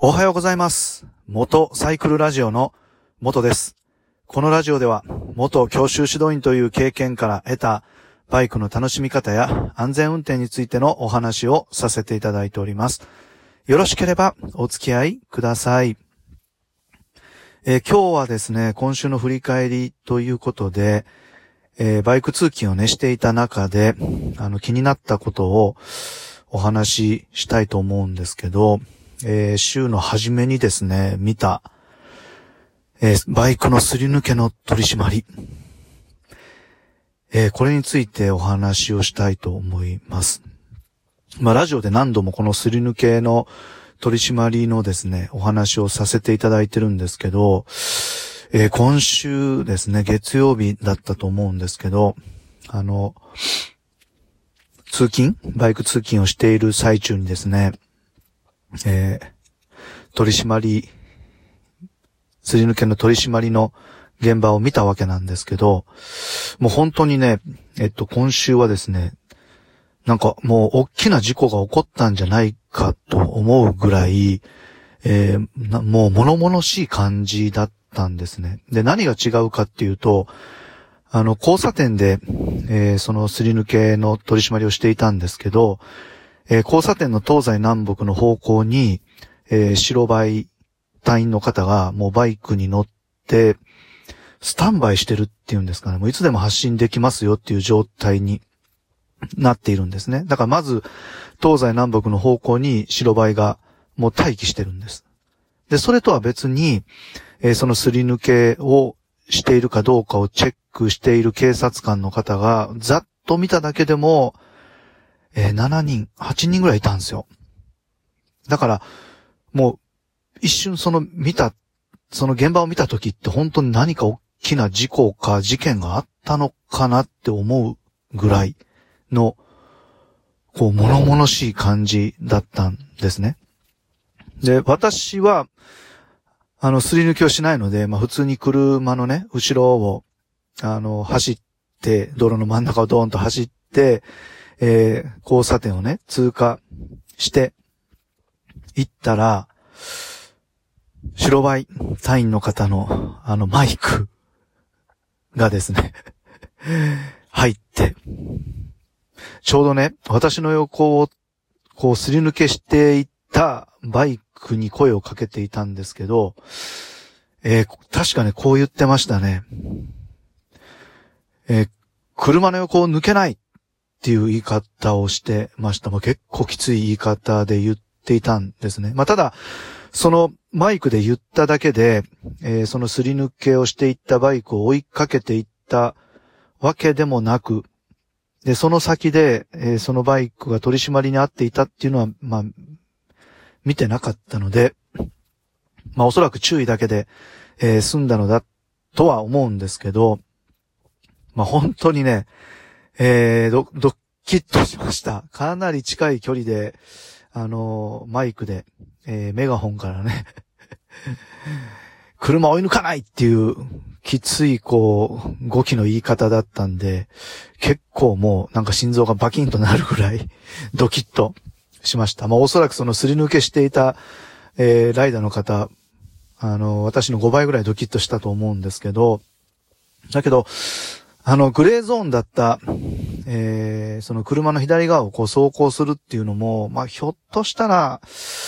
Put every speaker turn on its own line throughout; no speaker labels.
おはようございます。元サイクルラジオの元です。このラジオでは元教習指導員という経験から得たバイクの楽しみ方や安全運転についてのお話をさせていただいております。よろしければお付き合いください。今日はですね、今週の振り返りということで、バイク通勤をねしていた中で気になったことをお話ししたいと思うんですけど、週の初めにですね、見た、バイクのすり抜けの取り締まり。これについてお話をしたいと思います。ラジオで何度もこのすり抜けの取り締まりのですね、お話をさせていただいてるんですけど、今週ですね、月曜日だったと思うんですけど、バイク通勤をしている最中にですね、取り締まり、すり抜けの取り締まりの現場を見たわけなんですけど、もう本当にね、今週はですね、なんかもう大きな事故が起こったんじゃないかと思うぐらい、もう物々しい感じだったんですね。で、何が違うかっていうと、交差点で、そのすり抜けの取り締まりをしていたんですけど、交差点の東西南北の方向に、白バイ隊員の方がもうバイクに乗って、スタンバイしてるっていうんですかね。もういつでも発進できますよっていう状態になっているんですね。だからまず、東西南北の方向に白バイがもう待機してるんです。で、それとは別に、そのすり抜けをしているかどうかをチェックしている警察官の方が、ざっと見ただけでも、7人、8人ぐらいいたんですよ。だから、もう、一瞬その現場を見た時って本当に何か大きな事故か事件があったのかなって思うぐらいの、物々しい感じだったんですね。で、私は、すり抜きをしないので、普通に車のね、後ろを、走って、道路の真ん中をドーンと走って、交差点をね、通過して行ったら、白バイ隊員の方のマイクがですね、入って、ちょうどね、私の横をすり抜けしていったバイクに声をかけていたんですけど、確かね、こう言ってましたね。車の横を抜けないっていう言い方をしてました。結構きつい言い方で言っていたんですね。ただ、そのマイクで言っただけで、そのすり抜けをしていったバイクを追いかけていったわけでもなく、で、その先で、そのバイクが取り締まりに遭っていたっていうのは、見てなかったので、おそらく注意だけで、済んだのだとは思うんですけど、本当にね、ドッキッとしました。かなり近い距離で、マイクで、メガホンからね、車追い抜かないっていう、きつい、語気の言い方だったんで、結構もう、なんか心臓がバキンとなるぐらい、ドキッとしました。おそらくそのすり抜けしていた、ライダーの方、私の5倍ぐらいドキッとしたと思うんですけど、だけど、グレーゾーンだった、その車の左側を走行するっていうのも、ひょっとしたら、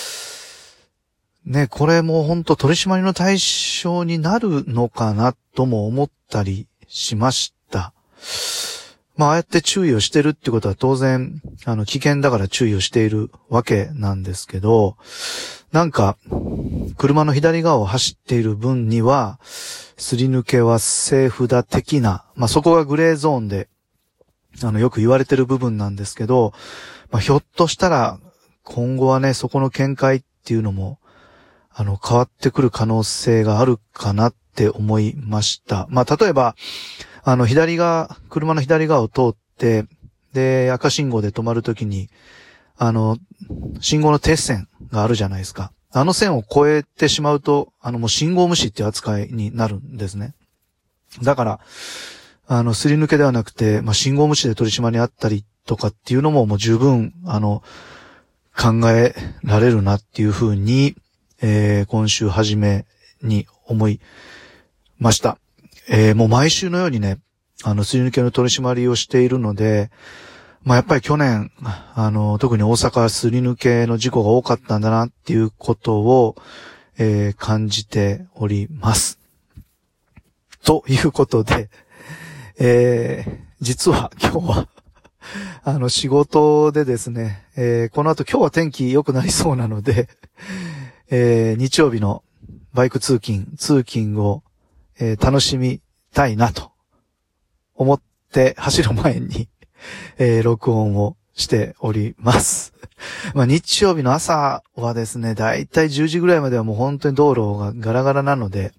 ね、これも本当取り締まりの対象になるのかなとも思ったりしました。ああやって注意をしてるってことは当然、危険だから注意をしているわけなんですけど、なんか、車の左側を走っている分には、すり抜けはセーフだ的な、そこがグレーゾーンで、よく言われてる部分なんですけど、ひょっとしたら、今後はね、そこの見解っていうのも、変わってくる可能性があるかなって思いました。例えば、車の左側を通って、で、赤信号で止まるときに、信号の停止線があるじゃないですか。あの線を越えてしまうと、もう信号無視っていう扱いになるんですね。だから、すり抜けではなくて、信号無視で取り締まりにあったりとかっていうのももう十分、考えられるなっていうふうに、 今週初めに思いました。もう毎週のようにね、すり抜けの取り締まりをしているので、やっぱり去年、特に大阪すり抜けの事故が多かったんだなっていうことを、感じております。ということで、実は今日は、仕事でですね、この後今日は天気良くなりそうなので、日曜日のバイク通勤を、楽しみたいなと思って走る前に、録音をしております。日曜日の朝はですね、だいたい10時ぐらいまではもう本当に道路がガラガラなので、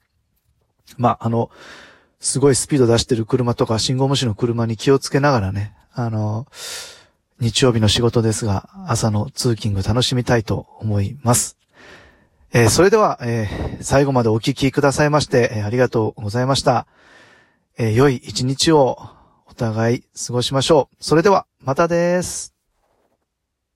すごいスピード出してる車とか信号無視の車に気をつけながらね、日曜日の仕事ですが、朝の通勤を楽しみたいと思います。それでは、最後までお聞きくださいまして、ありがとうございました。良い一日をお互い過ごしましょう。それでは、またです。